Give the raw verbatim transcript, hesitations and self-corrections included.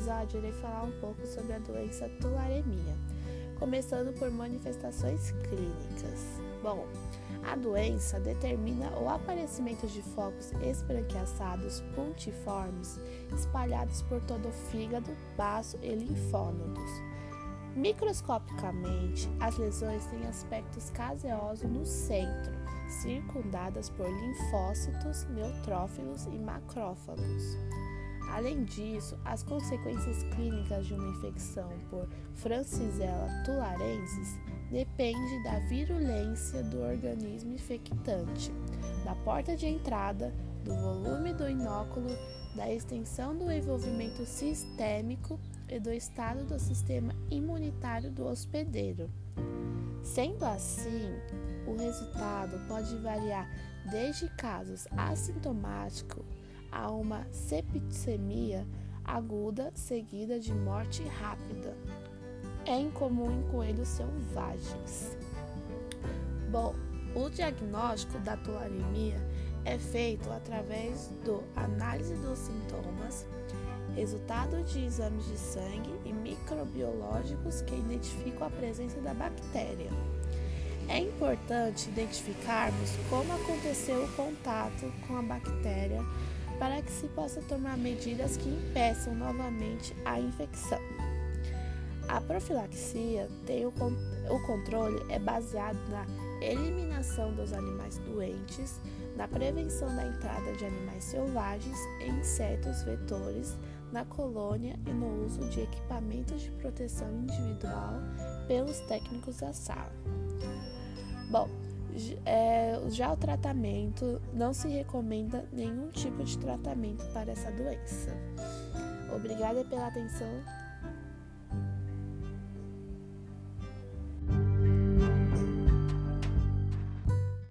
episódio, irei falar um pouco sobre a doença tularemia, começando por manifestações clínicas. Bom, a doença determina o aparecimento de focos esbranquiçados puntiformes espalhados por todo o fígado, baço e linfônodos. Microscopicamente, as lesões têm aspectos caseosos no centro, circundadas por linfócitos, neutrófilos e macrófagos. Além disso, as consequências clínicas de uma infecção por Francisella tularensis dependem da virulência do organismo infectante, da porta de entrada, do volume do inóculo, da extensão do envolvimento sistêmico e do estado do sistema imunitário do hospedeiro. Sendo assim, o resultado pode variar desde casos assintomáticos a uma septicemia aguda seguida de morte rápida. É incomum em coelhos selvagens. Bom, o diagnóstico da tularemia é feito através da análise dos sintomas, resultado de exames de sangue e microbiológicos que identificam a presença da bactéria. É importante identificarmos como aconteceu o contato com a bactéria para que se possa tomar medidas que impeçam novamente a infecção. A profilaxia tem o, con- o controle é baseado na eliminação dos animais doentes, na prevenção da entrada de animais selvagens e insetos vetores na colônia e no uso de equipamentos de proteção individual pelos técnicos da sala. Bom, é, já o tratamento, não se recomenda nenhum tipo de tratamento para essa doença. Obrigada pela atenção.